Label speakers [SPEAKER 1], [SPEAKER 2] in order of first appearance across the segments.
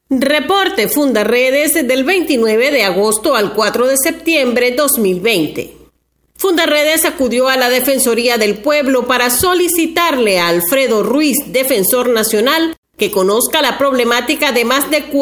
[SPEAKER 1] Reporte Fundaredes del 29 de agosto al 4 de septiembre 2020. Fundaredes acudió a la Defensoría del Pueblo para solicitarle a Alfredo Ruiz, defensor nacional, que conozca la problemática de más de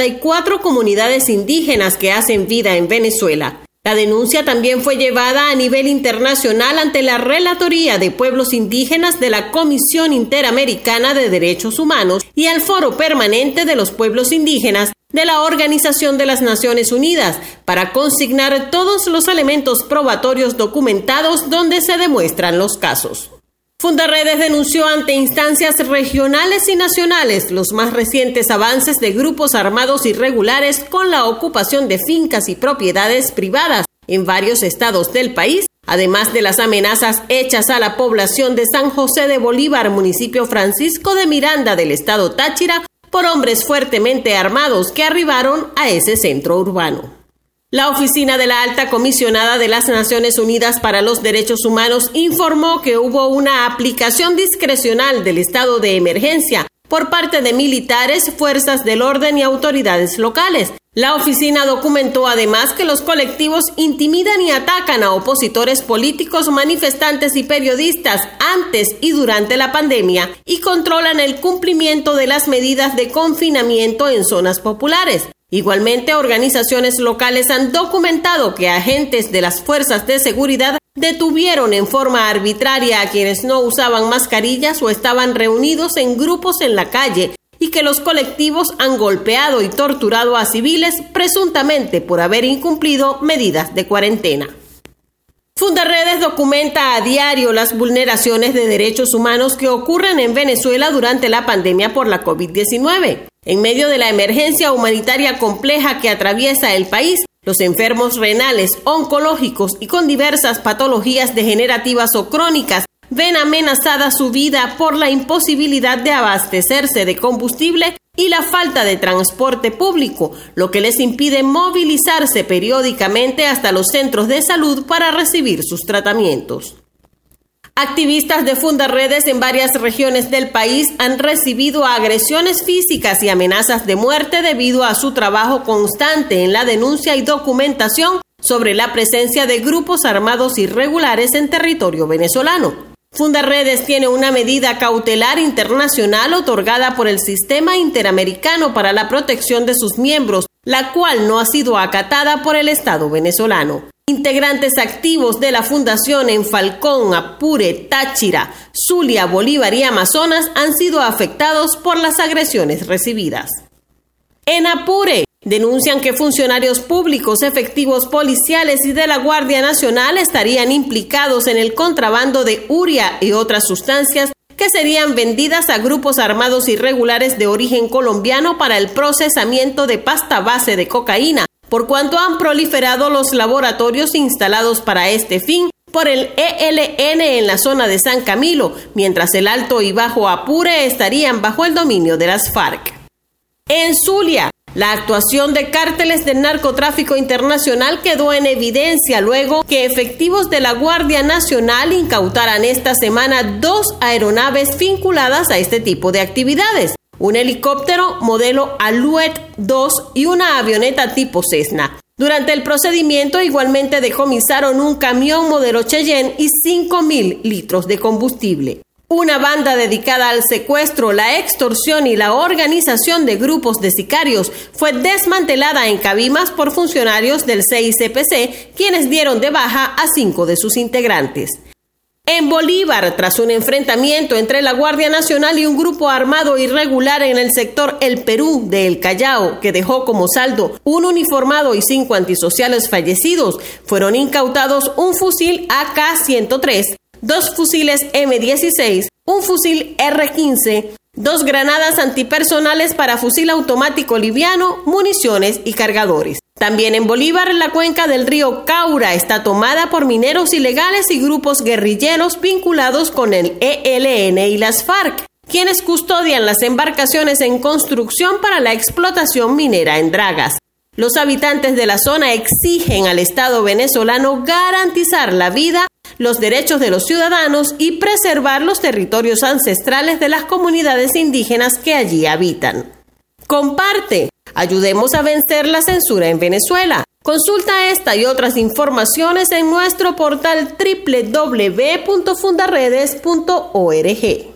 [SPEAKER 1] 44 comunidades indígenas que hacen vida en Venezuela. La denuncia también fue llevada a nivel internacional ante la Relatoría de Pueblos Indígenas de la Comisión Interamericana de Derechos Humanos y al Foro Permanente de los Pueblos Indígenas de la Organización de las Naciones Unidas para consignar todos los elementos probatorios documentados donde se demuestran los casos. Fundaredes denunció ante instancias regionales y nacionales los más recientes avances de grupos armados irregulares con la ocupación de fincas y propiedades privadas en varios estados del país, además de las amenazas hechas a la población de San José de Bolívar, municipio Francisco de Miranda del estado Táchira, por hombres fuertemente armados que arribaron a ese centro urbano. La Oficina de la Alta Comisionada de las Naciones Unidas para los Derechos Humanos informó que hubo una aplicación discrecional del estado de emergencia por parte de militares, fuerzas del orden y autoridades locales. La oficina documentó además que los colectivos intimidan y atacan a opositores políticos, manifestantes y periodistas antes y durante la pandemia y controlan el cumplimiento de las medidas de confinamiento en zonas populares. Igualmente, organizaciones locales han documentado que agentes de las fuerzas de seguridad detuvieron en forma arbitraria a quienes no usaban mascarillas o estaban reunidos en grupos en la calle y que los colectivos han golpeado y torturado a civiles presuntamente por haber incumplido medidas de cuarentena. Fundaredes documenta a diario las vulneraciones de derechos humanos que ocurren en Venezuela durante la pandemia por la COVID-19. En medio de la emergencia humanitaria compleja que atraviesa el país, los enfermos renales, oncológicos y con diversas patologías degenerativas o crónicas ven amenazada su vida por la imposibilidad de abastecerse de combustible y la falta de transporte público, lo que les impide movilizarse periódicamente hasta los centros de salud para recibir sus tratamientos. Activistas de Fundaredes en varias regiones del país han recibido agresiones físicas y amenazas de muerte debido a su trabajo constante en la denuncia y documentación sobre la presencia de grupos armados irregulares en territorio venezolano. Fundaredes tiene una medida cautelar internacional otorgada por el Sistema Interamericano para la Protección de sus miembros, la cual no ha sido acatada por el Estado venezolano. Integrantes activos de la fundación en Falcón, Apure, Táchira, Zulia, Bolívar y Amazonas han sido afectados por las agresiones recibidas. En Apure, denuncian que funcionarios públicos, efectivos policiales y de la Guardia Nacional estarían implicados en el contrabando de urea y otras sustancias que serían vendidas a grupos armados irregulares de origen colombiano para el procesamiento de pasta base de cocaína, por cuanto han proliferado los laboratorios instalados para este fin por el ELN en la zona de San Camilo, mientras el Alto y Bajo Apure estarían bajo el dominio de las FARC. En Zulia, la actuación de cárteles del narcotráfico internacional quedó en evidencia luego que efectivos de la Guardia Nacional incautaran esta semana 2 aeronaves vinculadas a este tipo de actividades, un helicóptero modelo Alouette 2 y una avioneta tipo Cessna. Durante el procedimiento igualmente decomisaron un camión modelo Cheyenne y 5.000 litros de combustible. Una banda dedicada al secuestro, la extorsión y la organización de grupos de sicarios fue desmantelada en Cabimas por funcionarios del CICPC, quienes dieron de baja a 5 de sus integrantes. En Bolívar, tras un enfrentamiento entre la Guardia Nacional y un grupo armado irregular en el sector El Perú de El Callao, que dejó como saldo un uniformado y 5 antisociales fallecidos, fueron incautados un fusil AK-103, 2 fusiles M16, un fusil R-15, 2 granadas antipersonales para fusil automático liviano, municiones y cargadores. También en Bolívar, la cuenca del río Caura está tomada por mineros ilegales y grupos guerrilleros vinculados con el ELN y las FARC, quienes custodian las embarcaciones en construcción para la explotación minera en dragas. Los habitantes de la zona exigen al Estado venezolano garantizar la vida, los derechos de los ciudadanos y preservar los territorios ancestrales de las comunidades indígenas que allí habitan. Comparte. Ayudemos a vencer la censura en Venezuela. Consulta esta y otras informaciones en nuestro portal www.fundaredes.org.